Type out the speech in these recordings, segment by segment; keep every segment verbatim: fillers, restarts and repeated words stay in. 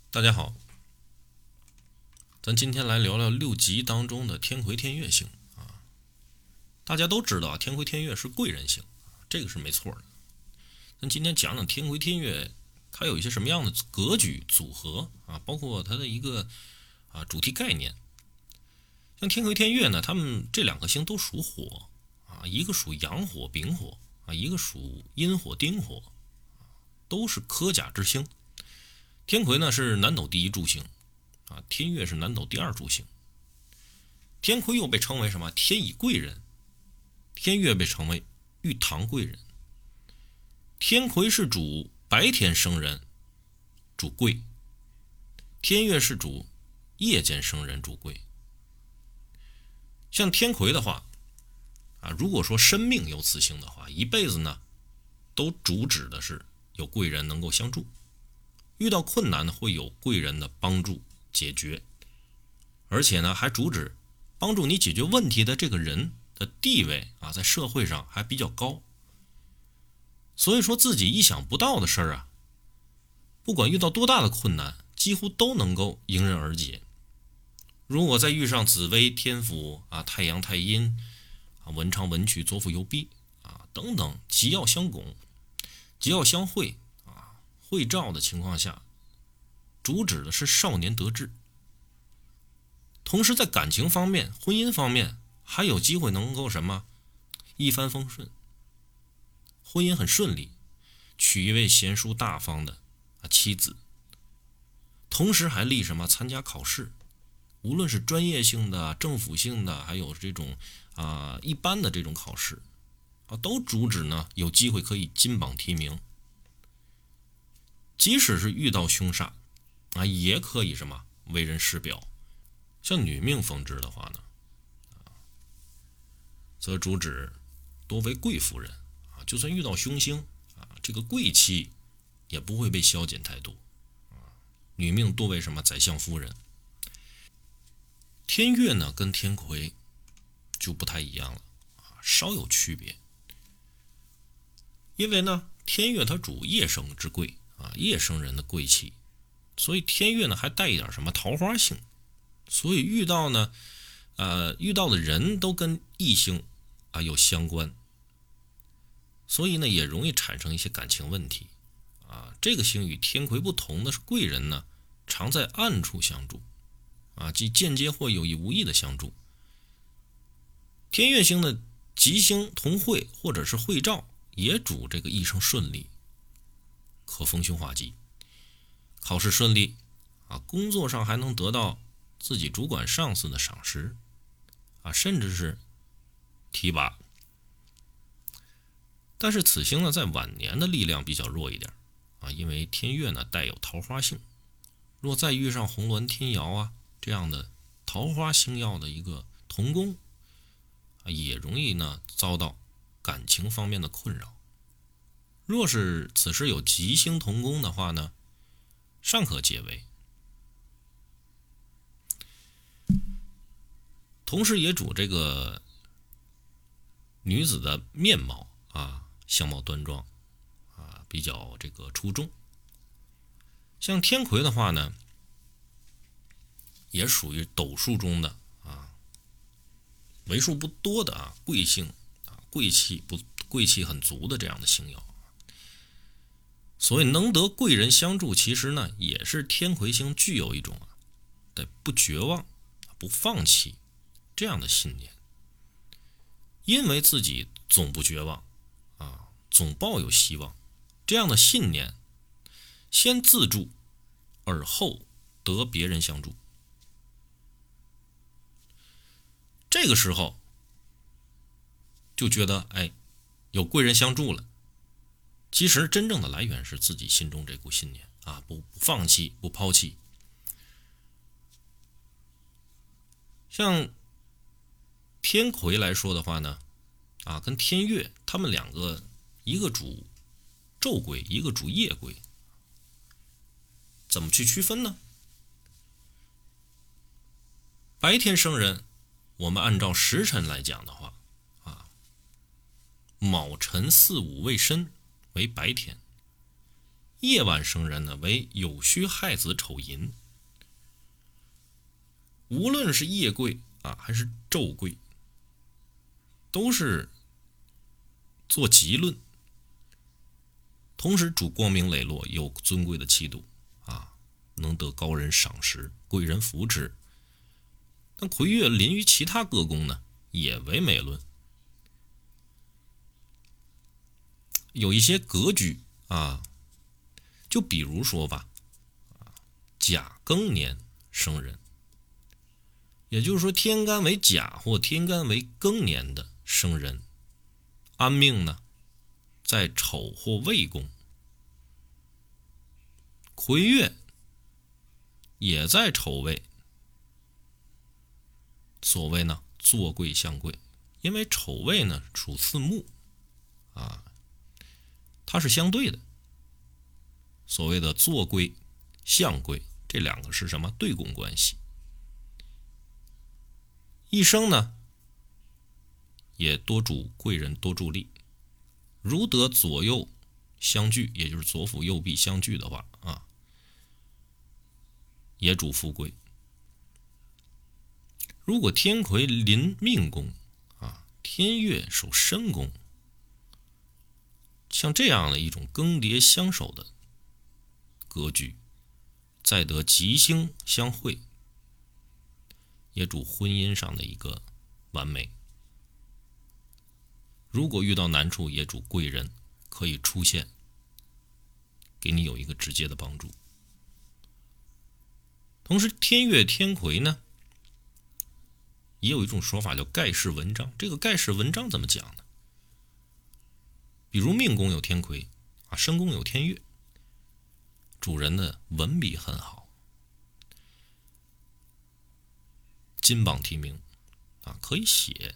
大家好，咱今天来聊聊六吉当中的天魁天月星啊。大家都知道天魁天月是贵人星，这个是没错的。咱今天讲讲天魁天月，它有一些什么样的格局组合啊，包括它的一个啊主题概念。像天魁天月呢，他们这两个星都属火啊，一个属阳火丙火啊，一个属阴火丁火，都是科甲之星。天魁呢是南斗第一柱星啊，天月是南斗第二柱星。天魁又被称为什么？天乙贵人。天月被称为玉堂贵人。天魁是主白天生人，主贵；天月是主夜间生人，主贵。像天魁的话啊，如果说生命有此星的话，一辈子呢都主旨的是有贵人能够相助，遇到困难会有贵人的帮助解决，而且呢还主旨帮助你解决问题的这个人的地位啊，在社会上还比较高。所以说自己意想不到的事儿啊，不管遇到多大的困难，几乎都能够迎刃而解。如果再遇上紫微天府啊、太阳太阴啊、文昌文曲左辅右弼啊等等吉曜相拱、吉曜相会啊、会照的情况下，主旨的是少年得志。同时在感情方面、婚姻方面还有机会能够什么一帆风顺，婚姻很顺利，娶一位贤淑大方的啊妻子。同时还立什么参加考试，无论是专业性的、政府性的，还有这种啊一般的这种考试啊，都主旨呢有机会可以金榜题名。即使是遇到凶煞啊，也可以什么为人师表。像女命逢之的话呢，啊，则主旨多为贵夫人啊，就算遇到凶星啊，这个贵气也不会被消减太多啊。女命多为什么宰相夫人。天月呢跟天魁就不太一样了啊，稍有区别。因为呢天月它主夜生之贵啊，夜生人的贵气，所以天月呢还带一点什么桃花性，所以遇到呢呃遇到的人都跟异性啊有相关，所以呢也容易产生一些感情问题啊。这个星与天魁不同的是，贵人呢常在暗处相助啊，即间接或有意无意的相助。天月星的吉星同会或者是会照，也主这个一生顺利，可逢凶化吉，考试顺利啊，工作上还能得到自己主管上司的赏识啊，甚至是提拔。但是此星呢在晚年的力量比较弱一点啊，因为天月呢带有桃花性，若再遇上红鸾天姚啊这样的桃花星耀的一个同宫啊，也容易呢遭到感情方面的困扰。若是此时有吉星同宫的话呢，尚可解围。同时也主这个女子的面貌啊，相貌端庄啊，比较这个出众。像天魁的话呢，也属于斗数中的啊为数不多的啊贵姓啊贵气不贵气很足的这样的星曜。所以能得贵人相助，其实呢也是天魁星具有一种啊的不绝望、不放弃这样的信念。因为自己总不绝望啊，总抱有希望，这样的信念，先自助，而后得别人相助。这个时候就觉得哎，有贵人相助了。其实真正的来源是自己心中这股信念啊，不不放弃，不抛弃。像天魁来说的话呢，啊，跟天月他们两个，一个主昼贵，一个主夜贵，怎么去区分呢？白天生人，我们按照时辰来讲的话啊，卯辰巳午未申为白天， 夜晚生人呢为酉戌亥子丑寅。无论是夜贵啊还是昼贵，都是做吉论，同时主光明磊落，有尊贵的气度啊，能得高人赏识，贵人扶持。但魁月临于其他各宫呢，也为美论。有一些格局啊，就比如说吧，甲庚年生人，也就是说天干为甲或天干为庚年的生人，安命呢在丑或未宫，魁月也在丑位，所谓呢坐贵相贵，因为丑位呢属四木啊，它是相对的。所谓的坐贵相贵，这两个是什么对宫关系？一生呢也多主贵人，多助力。如得左右相聚，也就是左辅右弼相聚的话啊，也主富贵。如果天魁临命宫啊，天月守申宫，像这样的一种更迭相守的格局，再得吉星相会，也主婚姻上的一个完美。如果遇到难处，也主贵人可以出现，给你有一个直接的帮助。同时天月天魁呢，也有一种说法叫盖世文章。这个盖世文章怎么讲呢？比如命宫有天魁啊，申宫有天月，主人的文笔很好，金榜题名啊，可以写，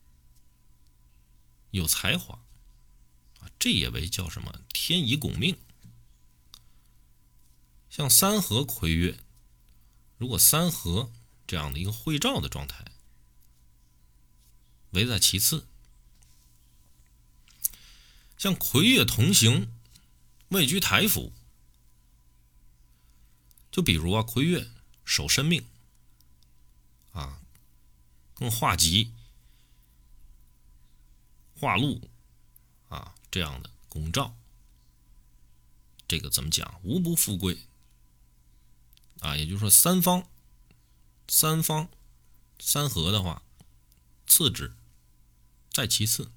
有才华啊，这也为叫什么天乙拱命。像三合魁月，如果三合这样的一个会照的状态，为在其次。像魁月同行，位居台府，就比如啊，魁月守申命啊，更化吉、化禄啊这样的拱照，这个怎么讲？无不富贵啊，也就是说三方、三方、三合的话，次之，在其次。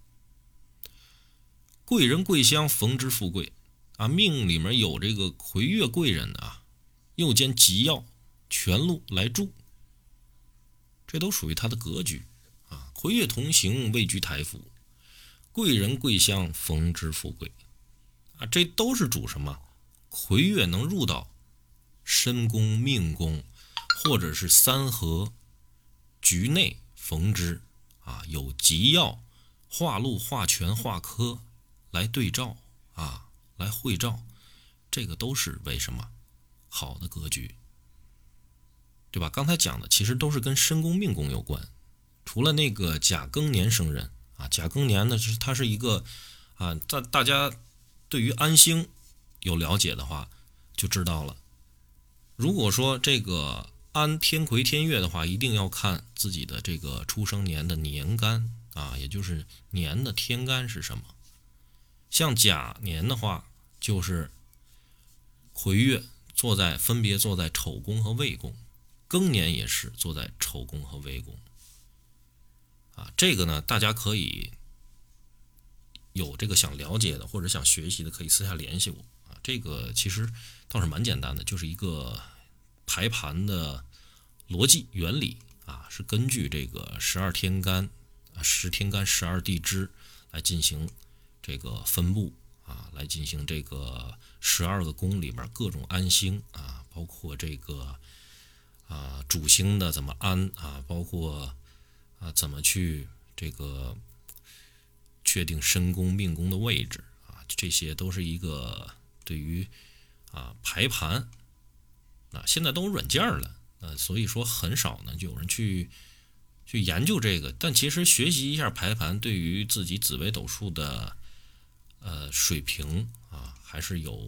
贵人贵相逢之富贵啊，命里面有这个魁月贵人啊，又兼吉曜全禄来助，这都属于他的格局啊。魁月同行，位居台府，贵人贵相逢之富贵啊，这都是主什么？魁月能入到申宫、命宫，或者是三合局内逢之啊，有吉曜、化禄、化权、化科来对照啊，来会照，这个都是为什么好的格局，对吧？刚才讲的其实都是跟申宫命宫有关，除了那个甲庚年生人啊，甲庚年呢，是它是一个啊，大大家对于安星有了解的话，就知道了。如果说这个安天魁天月的话，一定要看自己的这个出生年的年干啊，也就是年的天干是什么。像甲年的话，就是魁月坐在分别坐在丑宫和未宫，庚年也是坐在丑宫和未宫啊。这个呢，大家可以有这个想了解的或者想学习的，可以私下联系我啊。这个其实倒是蛮简单的，就是一个排盘的逻辑原理啊，是根据这个十二天干啊、十天干、十二地支来进行这个分布啊，来进行这个十二个宫里面各种安星啊，包括这个啊主星的怎么安啊，包括啊怎么去这个确定申宫命宫的位置啊，这些都是一个对于啊排盘啊，现在都有软件了，呃，所以说很少呢就有人去去研究这个，但其实学习一下排盘，对于自己紫微斗数的呃水平啊，还是有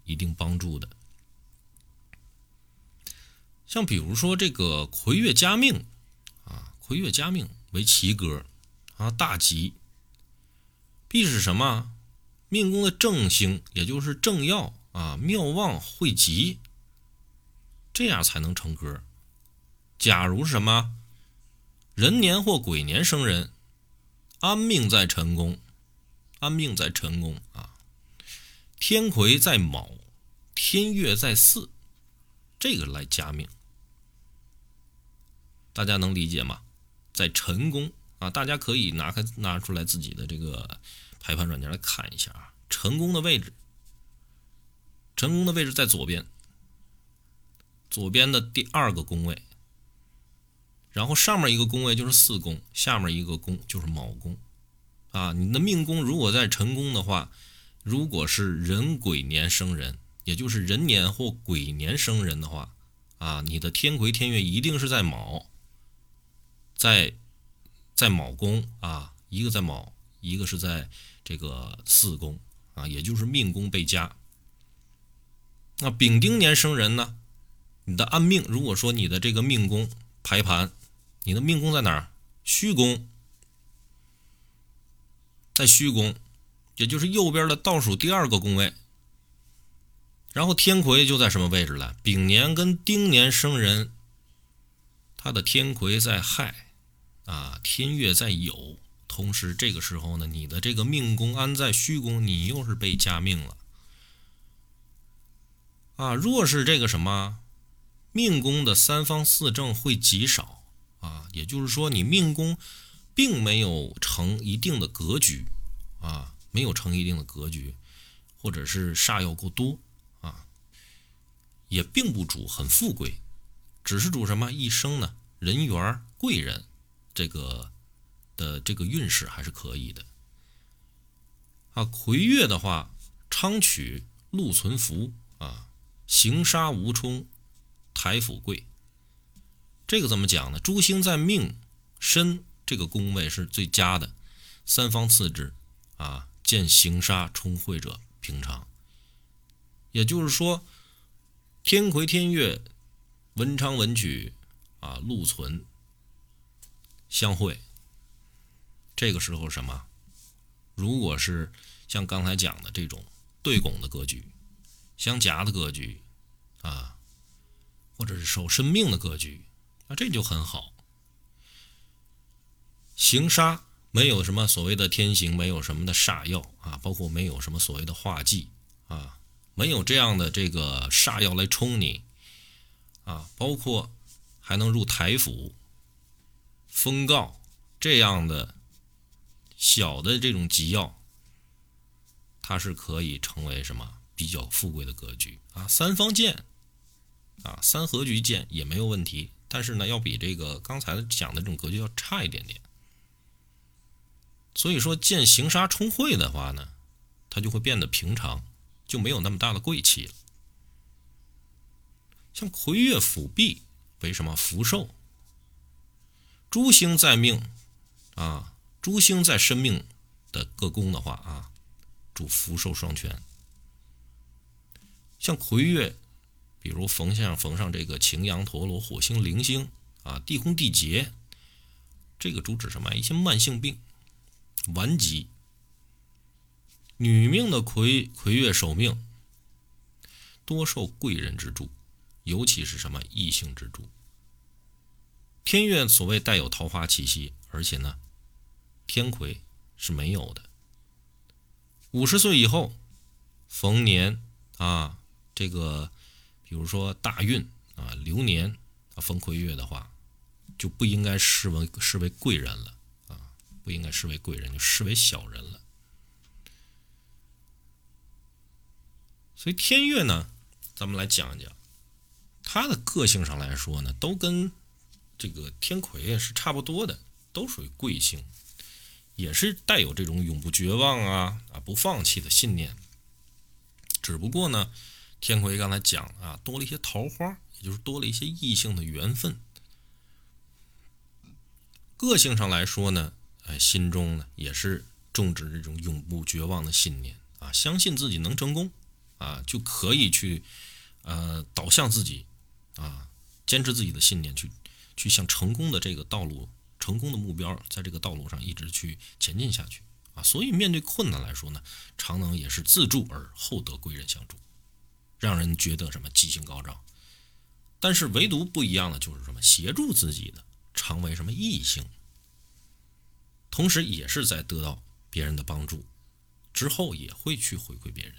一定帮助的。像比如说这个魁月加命啊，魁月加命为奇格啊，大吉，必是什么？命宫的正星，也就是正曜啊，妙旺会吉，这样才能成格。假如什么人年或鬼年生人，安命在辰宫，安命在辰宫啊，天魁在卯，天月在巳，这个来加命，大家能理解吗？在辰宫啊，大家可以拿开拿出来自己的这个排盘软件来看一下啊。辰宫的位置，辰宫的位置在左边，左边的第二个宫位，然后上面一个宫位就是巳宫，下面一个宫就是卯宫啊。你的命宫如果在辰宫的话，如果是人鬼年生人，也就是人年或鬼年生人的话啊，你的天魁天月一定是在卯，在在卯宫啊，一个在卯，一个是在这个巳宫啊，也就是命宫被加。那丙丁年生人呢，你的安命，如果说你的这个命宫排盘，你的命宫在哪儿？虚宫，在虚宫，也就是右边的倒数第二个宫位。然后天魁就在什么位置了？丙年跟丁年生人，他的天魁在亥啊，天月在酉，同时这个时候呢，你的这个命宫安在虚宫，你又是被加命了啊。若是这个什么命宫的三方四正会极少啊，也就是说你命宫并没有成一定的格局啊，没有成一定的格局，或者是煞药够多啊，也并不主很富贵，只是主什么一生呢人缘贵人这个的这个运势还是可以的啊。魁月的话，昌曲禄存福啊，行杀无冲，台府贵。这个怎么讲呢？诸星在命申这个宫位是最佳的，三方次之啊，见行杀冲会者平常。也就是说，天魁天月文昌文曲啊禄存相会，这个时候什么？如果是像刚才讲的这种对拱的格局，相夹的格局啊，或者是守身命的格局，那这就很好。行杀没有什么所谓的天刑，没有什么的煞药啊，包括没有什么所谓的化忌啊，没有这样的这个煞药来冲你啊，包括还能入台府、封告这样的小的这种吉药，它是可以成为什么比较富贵的格局啊。三方见啊，三合局见也没有问题，但是呢，要比这个刚才讲的这种格局要差一点点。所以说见行杀冲会的话呢，它就会变得平常，就没有那么大的贵气了。像魁月辅弼为什么福寿？诸星在命啊，诸星在身命的各宫的话啊，主福寿双全。像魁月，比如逢上逢上这个擎羊陀罗火星铃星啊，地空地劫，这个主指什么？一些慢性病顽疾。女命的魁魁月守命，多受贵人之助，尤其是什么异性之助。天月所谓带有桃花气息，而且呢，天魁是没有的。五十岁以后，逢年啊，这个比如说大运啊、流年啊，逢魁月的话，就不应该视为视为贵人了啊，不应该视为贵人，就视为小人了。所以天月呢，咱们来讲一讲，它的个性上来说呢，都跟这个天魁是差不多的，都属于贵星，也是带有这种永不绝望啊啊不放弃的信念。只不过呢，天魁刚才讲啊，多了一些桃花，也就是多了一些异性的缘分。个性上来说呢，哎，心中呢也是种植这种永不绝望的信念啊，相信自己能成功啊，就可以去呃导向自己啊，坚持自己的信念，去去向成功的这个道路、成功的目标，在这个道路上一直去前进下去啊。所以面对困难来说呢，常能也是自助而后得贵人相助，让人觉得什么吉星高照。但是唯独不一样的就是什么，协助自己的常为什么异性，同时也是在得到别人的帮助之后，也会去回馈别人。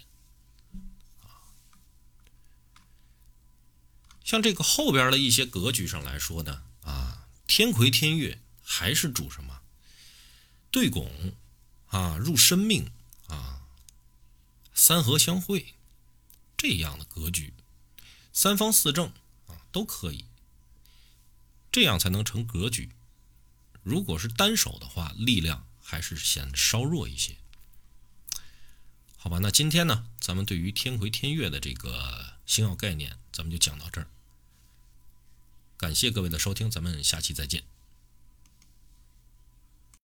像这个后边的一些格局上来说呢，啊，天魁天月还是主什么？对拱啊，入生命啊，三合相会这样的格局，三方四正啊都可以，这样才能成格局。如果是单手的话，力量还是显稍弱一些。好吧，那今天呢，咱们对于天魁天月的这个星耀概念，咱们就讲到这儿。感谢各位的收听，咱们下期再见。